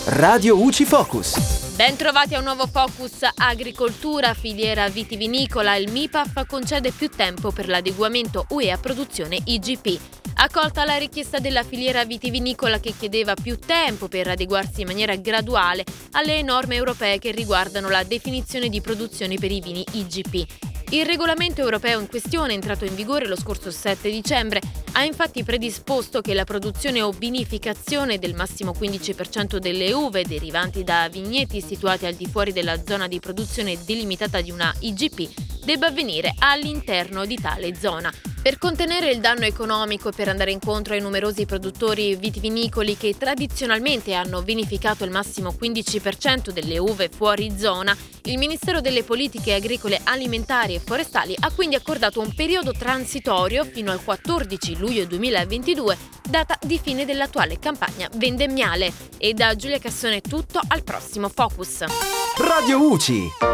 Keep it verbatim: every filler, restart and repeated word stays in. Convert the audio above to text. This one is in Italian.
Radio U C I Focus. Ben trovati a un nuovo Focus Agricoltura, filiera vitivinicola. Il M I P A F concede più tempo per l'adeguamento U E a produzione I G P. Accolta la richiesta della filiera vitivinicola che chiedeva più tempo per adeguarsi in maniera graduale alle norme europee che riguardano la definizione di produzione per i vini I G P. Il regolamento europeo in questione, entrato in vigore lo scorso sette dicembre, ha infatti predisposto che la produzione o vinificazione del massimo quindici per cento delle uve derivanti da vigneti situati al di fuori della zona di produzione delimitata di una I G P debba avvenire all'interno di tale zona. Per contenere il danno economico e per andare incontro ai numerosi produttori vitivinicoli che tradizionalmente hanno vinificato il massimo quindici per cento delle uve fuori zona, il Ministero delle Politiche Agricole, Alimentari e Forestali ha quindi accordato un periodo transitorio fino al quattordici luglio duemilaventidue, data di fine dell'attuale campagna vendemmiale. E da Giulia Cassone è tutto, al prossimo Focus. Radio U C I.